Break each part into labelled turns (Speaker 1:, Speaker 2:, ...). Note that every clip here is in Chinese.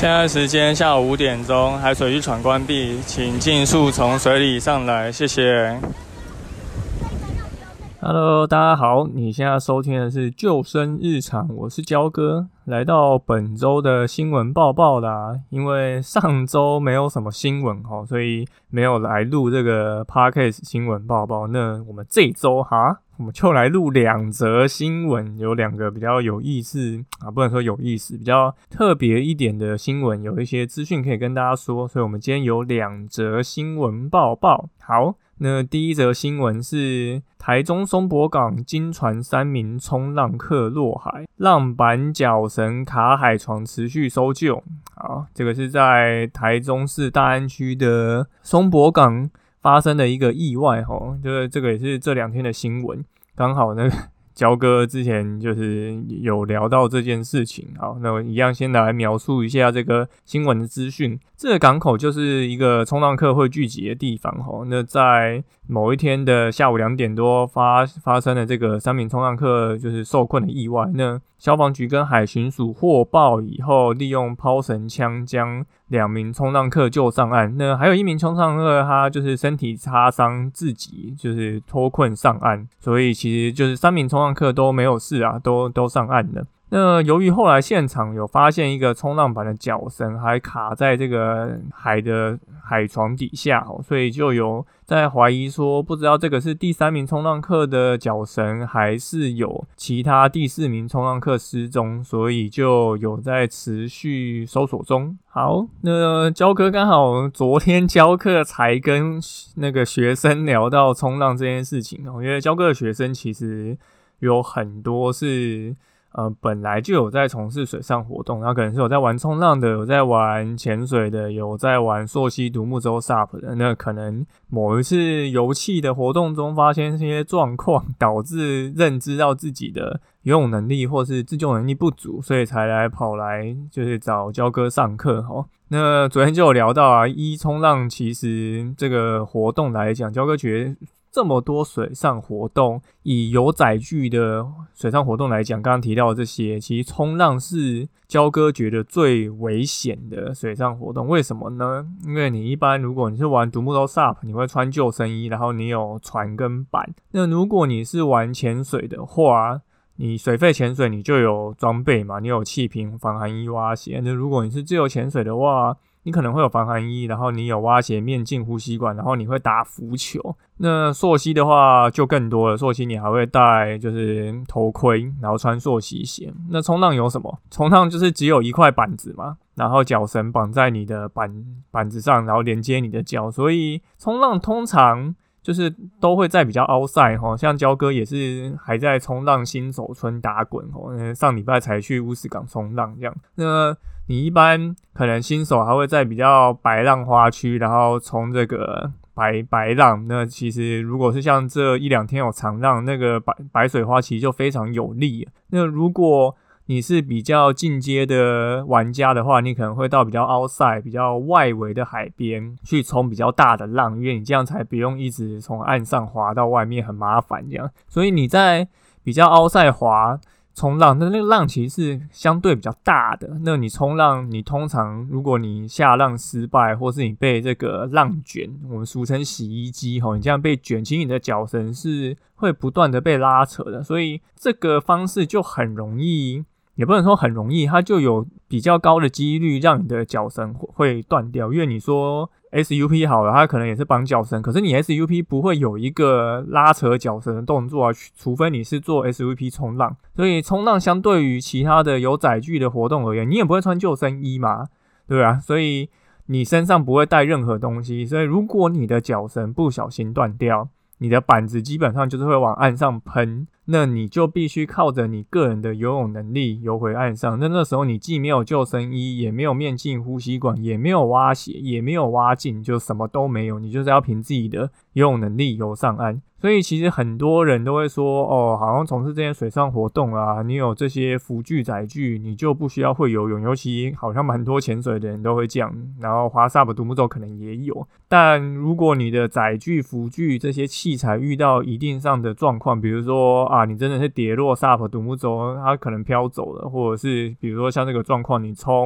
Speaker 1: 现在时间下午5点钟，海水浴场关闭，请尽速从水里上来，谢谢。Hello， 大家好，你现在收听的是救生日常，我是焦哥，来到本周的新闻报报啦。因为上周没有什么新闻所以没有来录这个 Podcast 新闻报报。那我们这周我们就来录2则新闻，有2个比较有意思不能说有意思，比较特别一点的新闻，有一些资讯可以跟大家说，所以我们今天有2则新闻报报。好，那第一则新闻是台中松柏港惊传3名冲浪客落海，浪板脚绳卡海床持续搜救。好，这个是在台中市大安区的松柏港发生的一个意外就是这个也是这2天的新闻，刚好那个焦哥之前就是有聊到这件事情。好，那我一样先来描述一下这个新闻的资讯。这个港口就是一个冲浪客会聚集的地方那在某一天的下午2点多发生了这个3名冲浪客就是受困的意外。那消防局跟海巡署获报以后，利用抛绳枪将2名冲浪客救上岸。那还有1名冲浪客他就是身体擦伤，自己就是脱困上岸，所以其实就是3名冲浪客都没有事都上岸了。那由于后来现场有发现一个冲浪板的脚绳还卡在这个海床底下所以就有在怀疑说，不知道这个是第3名冲浪客的脚绳，还是有其他第4名冲浪客失踪，所以就有在持续搜索中。好，那焦哥刚好昨天教课才跟那个学生聊到冲浪这件事情因为焦哥的学生其实有很多是本来就有在从事水上活动，然后可能是有在玩冲浪的，有在玩潜水的，有在玩溯溪独木舟 SUP 的。那可能某一次游憩的活动中发现一些状况，导致认知到自己的游泳能力或是自救能力不足，所以才跑来就是找焦哥上课那昨天就有聊到冲浪其实这个活动来讲，焦哥觉得这么多水上活动，以有载具的水上活动来讲，刚刚提到的这些，其实冲浪是焦哥觉得最危险的水上活动。为什么呢？因为你一般如果你是玩独木舟 SUP， 你会穿救生衣，然后你有船跟板。那如果你是玩潜水的话，你水肺潜水你就有装备嘛，你有气瓶、防寒衣、蛙鞋。那如果你是自由潜水的话，你可能会有防寒衣，然后你有蛙鞋、面镜、呼吸管，然后你会打浮球。那溯溪的话就更多了，溯溪你还会戴就是头盔，然后穿溯溪鞋。那冲浪有什么？冲浪就是只有一块板子嘛，然后脚绳绑在你的板子上，然后连接你的脚，所以冲浪通常就是都会在比较outside像焦哥也是还在冲浪新手村打滚上礼拜才去乌石港冲浪这样。那你一般可能新手还会在比较白浪花区，然后冲这个白浪。那其实如果是像这1-2天有长浪，那个白水花其实就非常有利。那如果你是比较进阶的玩家的话，你可能会到比较 outside 比较外围的海边去冲比较大的浪，因为你这样才不用一直从岸上滑到外面，很麻烦这样。所以你在比较 outside 滑冲浪，那个浪其实是相对比较大的。那你冲浪，你通常如果你下浪失败，或是你被这个浪卷，我们俗称洗衣机你这样被卷，其实你的脚绳是会不断的被拉扯的，所以这个方式就很容易，也不能说很容易，它就有比较高的几率让你的脚绳会断掉。因为你说 SUP 好了，它可能也是绑脚绳，可是你 SUP 不会有一个拉扯脚绳的动作除非你是做 SUP 冲浪。所以冲浪相对于其他的有载具的活动而言，你也不会穿救生衣嘛，对吧？所以你身上不会带任何东西，所以如果你的脚绳不小心断掉，你的板子基本上就是会往岸上喷，那你就必须靠着你个人的游泳能力游回岸上。那时候你既没有救生衣，也没有面镜、呼吸管，也没有蛙鞋，也没有蛙镜，就什么都没有，你就是要凭自己的游泳能力游上岸。所以其实很多人都会说好像从事这些水上活动你有这些浮具载具，你就不需要会游泳。尤其好像蛮多潜水的人都会这样，然后滑 SUP 独木舟可能也有。但如果你的载具、浮具这些器材遇到一定上的状况，比如说你真的是跌落 SUP 独木舟，它可能飘走了，或者是比如说像这个状况，你冲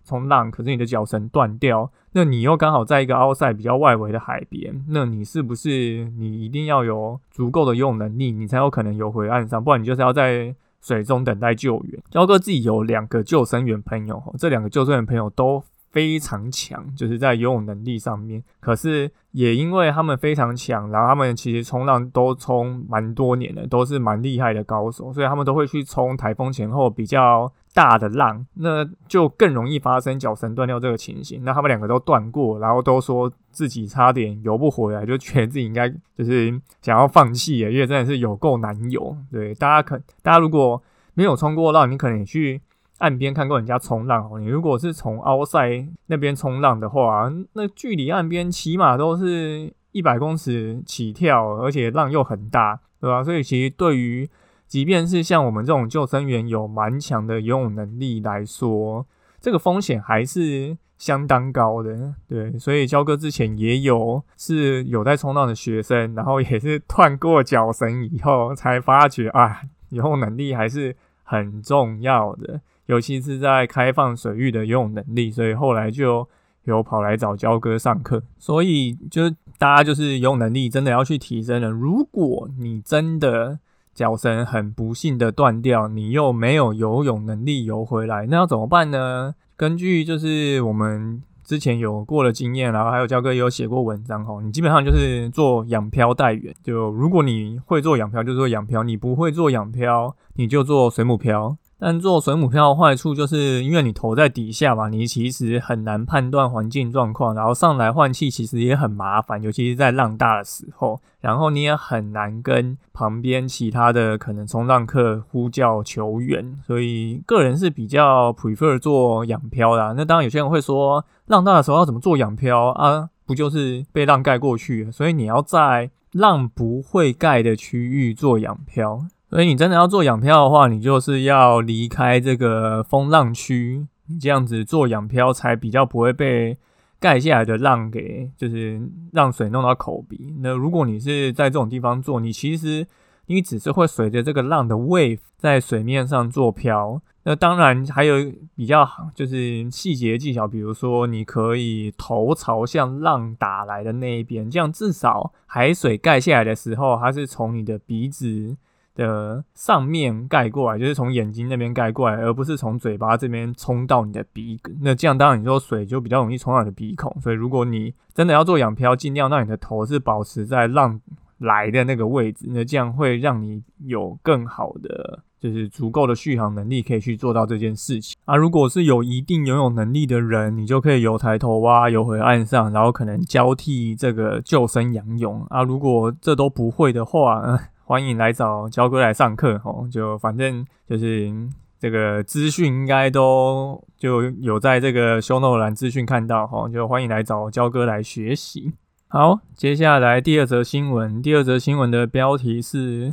Speaker 1: 冲浪，可是你的脚绳断掉，那你又刚好在一个outside比较外围的海边，那你是不是你一定要有足够的游泳能力，你才有可能游回岸上，不然你就是要在水中等待救援。焦哥自己有2个救生员朋友，这2个救生员朋友都非常强，就是在游泳能力上面，可是也因为他们非常强，然后他们其实冲浪都冲蛮多年的，都是蛮厉害的高手，所以他们都会去冲台风前后比较大的浪，那就更容易发生脚绳断掉这个情形。那他们2个都断过，然后都说自己差点游不回来，就觉得自己应该就是想要放弃了，因为真的是有够难游。对，大家如果没有冲过浪，你可能也去岸边看过人家冲浪，你如果是从outside那边冲浪的话，那距离岸边起码都是100公尺起跳，而且浪又很大，对吧？所以其实对于即便是像我们这种救生员有蛮强的游泳能力来说，这个风险还是相当高的。对，所以焦哥之前也有在冲浪的学生，然后也是断过脚绳以后才发觉游泳能力还是很重要的，尤其是在开放水域的游泳能力，所以后来就有跑来找焦哥上课。所以就大家就是游泳能力真的要去提升了。如果你真的脚绳很不幸的断掉，你又没有游泳能力游回来，那要怎么办呢？根据就是我们之前有过的经验，然后还有焦哥也有写过文章，你基本上就是做仰漂带远。就如果你会做仰漂就做仰漂，你不会做仰漂你就做水母漂。但做水母漂的坏处就是因为你头在底下嘛，你其实很难判断环境状况，然后上来换气其实也很麻烦，尤其是在浪大的时候，然后你也很难跟旁边其他的可能冲浪客呼叫求援，所以个人是比较 prefer 做仰漂啦。那当然有些人会说浪大的时候要怎么做仰漂啊？不就是被浪盖过去，所以你要在浪不会盖的区域做仰漂。所以你真的要做仰漂的话，你就是要离开这个风浪区，你这样子做仰漂才比较不会被盖下来的浪给就是让水弄到口鼻。那如果你是在这种地方做，你其实你只是会随着这个浪的 wave 在水面上做漂。那当然还有比较就是细节技巧，比如说你可以头朝向浪打来的那一边，这样至少海水盖下来的时候，它是从你的鼻子的上面盖过来，就是从眼睛那边盖过来，而不是从嘴巴这边冲到你的鼻孔。那这样当然你说水就比较容易冲到你的鼻孔，所以如果你真的要做仰漂，尽量让你的头是保持在浪来的那个位置，那这样会让你有更好的就是足够的续航能力可以去做到这件事情啊。如果是有一定游泳能力的人，你就可以游抬头蛙游回岸上，然后可能交替这个救生仰泳啊。如果这都不会的话，欢迎来找焦哥来上课就反正就是这个资讯应该都就有在这个 show note 栏资讯看到就欢迎来找焦哥来学习。好，接下来第二则新闻。第二则新闻的标题是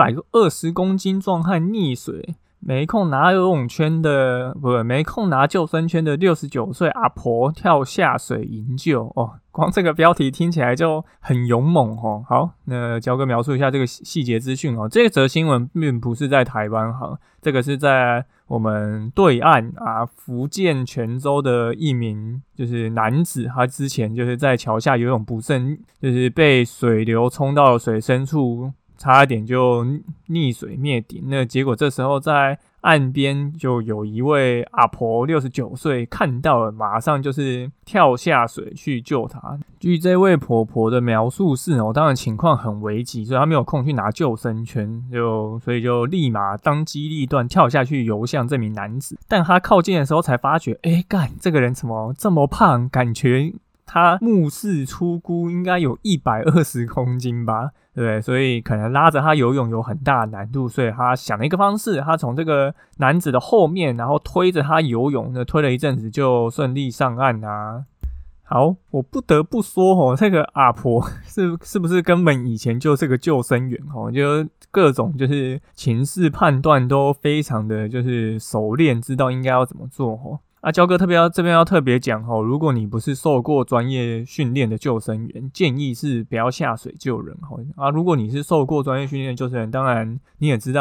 Speaker 1: 120公斤壮汉溺水，没空拿游泳圈的没空拿救生圈的69岁阿婆跳下水营救光这个标题听起来就很勇猛好，那焦哥描述一下这个细节资讯这则新闻并不是在台湾这个是在我们对岸福建泉州的一名就是男子，他之前就是在桥下游泳不慎，就是被水流冲到水深处，差一点就溺水灭顶。那结果这时候在岸边就有一位阿婆69岁看到了，马上就是跳下水去救她。据这位婆婆的描述是当然情况很危急，所以她没有空去拿救生圈，所以就立马当机立断跳下去游向这名男子。但她靠近的时候才发觉干这个人怎么这么胖，感觉他目视初估应该有120公斤吧，对不对？所以可能拉着他游泳有很大的难度，所以他想了一个方式，他从这个男子的后面，然后推着他游泳，推了一阵子就顺利上岸好，我不得不说这个阿婆是不是根本以前就是个救生员就各种就是情势判断都非常的就是熟练，知道应该要怎么做焦哥这边要特别讲如果你不是受过专业训练的救生员，建议是不要下水救人如果你是受过专业训练的救生员，当然你也知道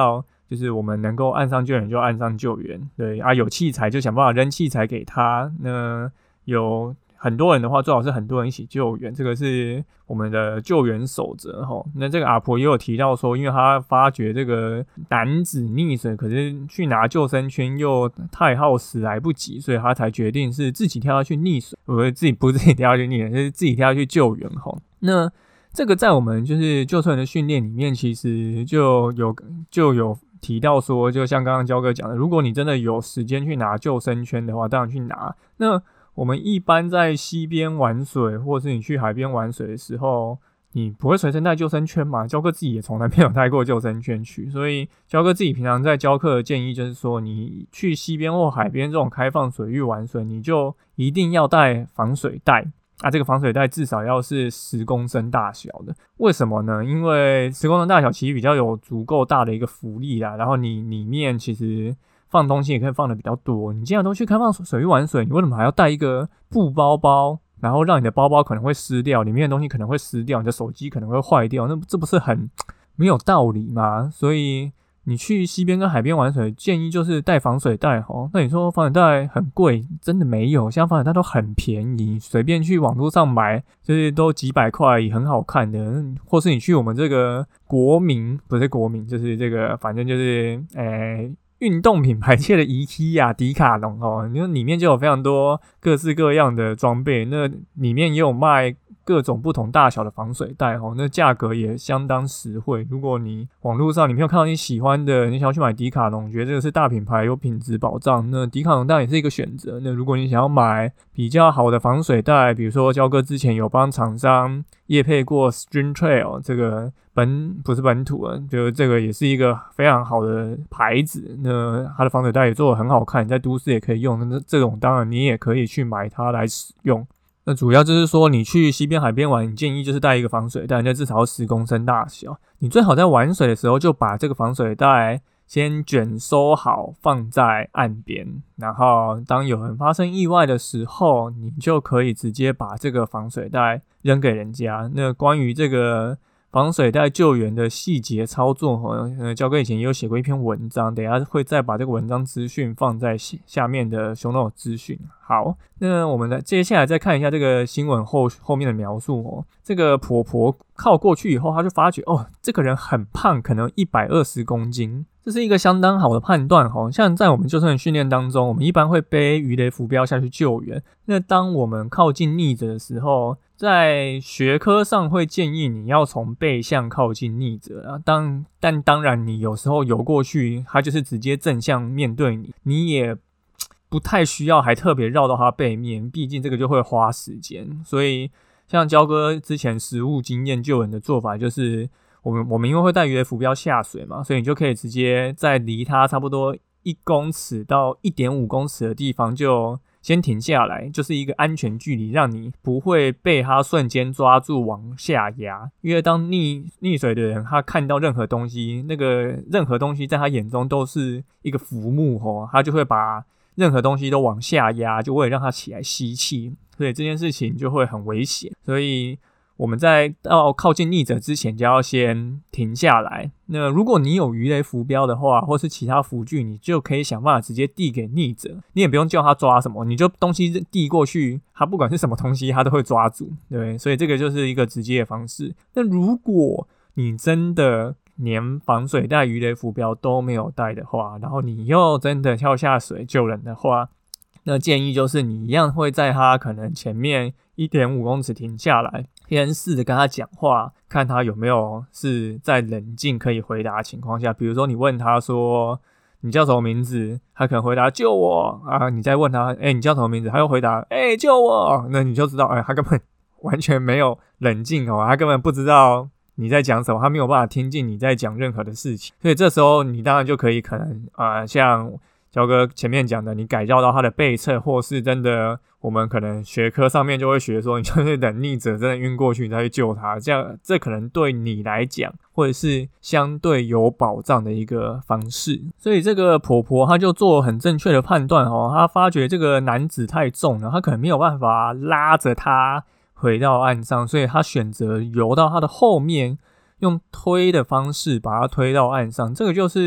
Speaker 1: 就是我们能够岸上救援就岸上救援，对啊，有器材就想办法扔器材给他。那有很多人的话，最好是很多人一起救援，这个是我们的救援守则齁。那这个阿婆也有提到说，因为他发觉这个男子溺水，可是去拿救生圈又太耗时来不及，所以他才决定是自己跳下去溺水，不是自己跳下去溺水，是自己跳下去救援齁。那这个在我们就是救生员的训练里面，其实就有提到说，就像刚刚焦哥讲的，如果你真的有时间去拿救生圈的话，当然去拿。那我们一般在溪边玩水，或是你去海边玩水的时候，你不会随身带救生圈嘛？焦哥自己也从来没有带过救生圈去，所以焦哥自己平常在教课的建议就是说，你去溪边或海边这种开放水域玩水，你就一定要带防水袋。这个防水袋至少要是10公升大小的。为什么呢？因为10公升大小其实比较有足够大的一个浮力啦，然后你里面其实放东西也可以放的比较多。你既然都去开放水域玩水，你为什么还要带一个布包包，然后让你的包包可能会湿掉，里面的东西可能会湿掉，你的手机可能会坏掉，那这不是很没有道理吗？所以你去溪边跟海边玩水，建议就是带防水袋齁。那你说防水袋很贵，真的没有，现在防水袋都很便宜，随便去网络上买，就是都几百块，也很好看的。或是你去我们这个不是国民，就是这个反正就是运动品牌界的IKEA迪卡侬齁，因为里面就有非常多各式各样的装备，那里面也有卖各种不同大小的防水袋齁，那价格也相当实惠。如果你网络上你没有看到你喜欢的，你想要去买迪卡侬，觉得这个是大品牌有品质保障，那迪卡侬当然也是一个选择。那如果你想要买比较好的防水袋，比如说焦哥之前有帮厂商业配过 Stream Trail， 这个不是本土的，就这个也是一个非常好的牌子。那它的防水袋也做得很好看，你在都市也可以用。那这种当然你也可以去买它来使用。那主要就是说，你去溪边海边玩，你建议就是带一个防水袋，那至少要10公升大小。你最好在玩水的时候就把这个防水袋先卷收好，放在岸边，然后当有人发生意外的时候，你就可以直接把这个防水袋扔给人家。那关于这个防水袋救援的细节操作，焦哥以前也有写过一篇文章，等一下会再把这个文章资讯放在下面的 show note 资讯。好，那我们接下来再看一下这个新闻后面的描述这个婆婆靠过去以后，她就发觉这个人很胖，可能120公斤。这是一个相当好的判断像在我们救生员训练当中，我们一般会背鱼雷浮标下去救援。那当我们靠近溺者的时候，在学科上会建议你要从背向靠近溺者但当然你有时候游过去，他就是直接正向面对你，你也不太需要还特别绕到他背面，毕竟这个就会花时间。所以像焦哥之前实务经验救人的做法就是我们因为会带鱼雷浮标下水嘛，所以你就可以直接在离它差不多1公尺到 1.5 公尺的地方就先停下来，就是一个安全距离，让你不会被它瞬间抓住往下压。因为当溺水的人，他看到任何东西，那个任何东西在他眼中都是一个浮木他就会把任何东西都往下压，就为了让他起来吸气，所以这件事情就会很危险。所以我们在到靠近溺者之前就要先停下来。那如果你有鱼雷浮标的话，或是其他浮具，你就可以想办法直接递给溺者，你也不用叫他抓什么，你就东西递过去，他不管是什么东西他都会抓住，对，所以这个就是一个直接的方式。那如果你真的连防水袋、鱼雷浮标都没有带的话，然后你又真的跳下水救人的话，那建议就是你一样会在他可能前面 1.5 公尺停下来，先试着跟他讲话，看他有没有是在冷静可以回答的情况下。比如说你问他说你叫什么名字，他可能回答救我你再问他你叫什么名字，他又回答救我，那你就知道他根本完全没有冷静他根本不知道你在讲什么，他没有办法听进你在讲任何的事情。所以这时候你当然就可以可能像焦哥前面讲的，你改造到他的背侧，或是真的我们可能学科上面就会学说，你就是等溺者真的晕过去你再去救他，这可能对你来讲或者是相对有保障的一个方式。所以这个婆婆她就做很正确的判断她发觉这个男子太重了，她可能没有办法拉着他回到岸上，所以她选择游到他的后面，用推的方式把它推到岸上。这个就是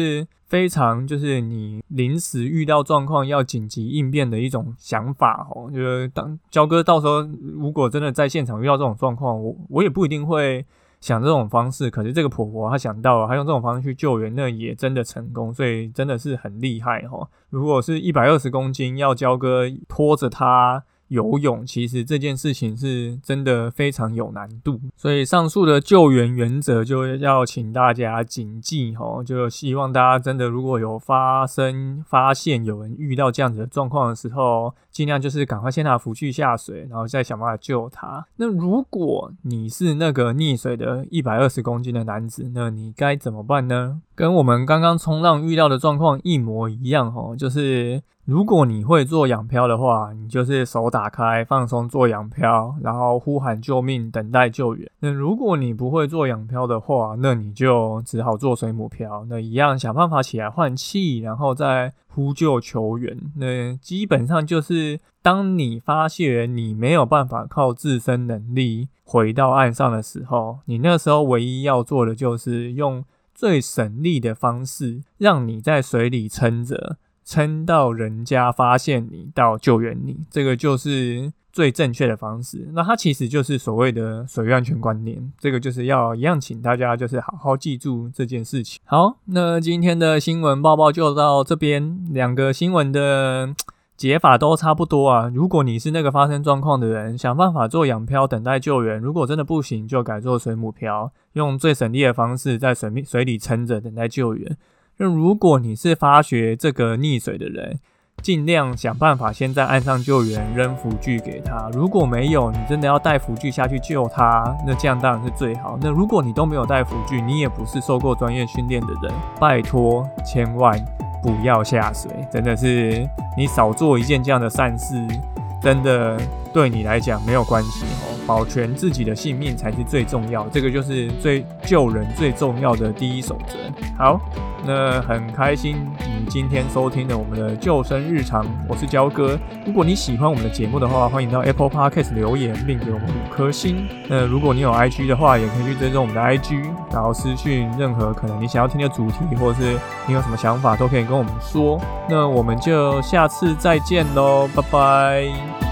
Speaker 1: 非常就是你临时遇到状况要紧急应变的一种想法哦。就是当焦哥到时候如果真的在现场遇到这种状况，我也不一定会想这种方式，可是这个婆婆她想到了，她用这种方式去救援，那也真的成功，所以真的是很厉害哦。如果是120公斤要焦哥拖着她游泳，其实这件事情是真的非常有难度，所以上述的救援原则就要请大家谨记齁，就希望大家真的如果有发现有人遇到这样子的状况的时候，尽量就是赶快先拿浮具下水，然后再想办法救他。那如果你是那个溺水的120公斤的男子，那你该怎么办呢？跟我们刚刚冲浪遇到的状况一模一样齁，就是如果你会做仰漂的话，你就是手打开放松做仰漂，然后呼喊救命等待救援。那如果你不会做仰漂的话，那你就只好做水母漂，那一样想办法起来换气，然后再呼救求援。那基本上就是当你发现你没有办法靠自身能力回到岸上的时候，你那时候唯一要做的就是用最省力的方式让你在水里撑着，撑到人家发现你到救援你，这个就是最正确的方式。那它其实就是所谓的水域安全观念，这个就是要一样请大家就是好好记住这件事情。好，那今天的新闻报报就到这边，两个新闻的解法都差不多啊。如果你是那个发生状况的人，想办法做仰漂等待救援，如果真的不行就改做水母漂，用最省力的方式在水里撑着等待救援。那如果你是发觉这个溺水的人，尽量想办法先在岸上救援，扔浮具给他。如果没有，你真的要带浮具下去救他，那这样当然是最好。那如果你都没有带浮具，你也不是受过专业训练的人，拜托千万不要下水，真的是你少做一件这样的善事，真的对你来讲没有关系哦。保全自己的性命才是最重要，这个就是救人最重要的第一守则。好，那很开心你今天收听了我们的救生日常，我是焦哥。如果你喜欢我们的节目的话，欢迎到 Apple Podcast 留言并给我们5颗星。那如果你有 IG 的话，也可以去追踪我们的 IG， 然后私讯任何可能你想要听的主题，或者是你有什么想法都可以跟我们说。那我们就下次再见咯，拜拜。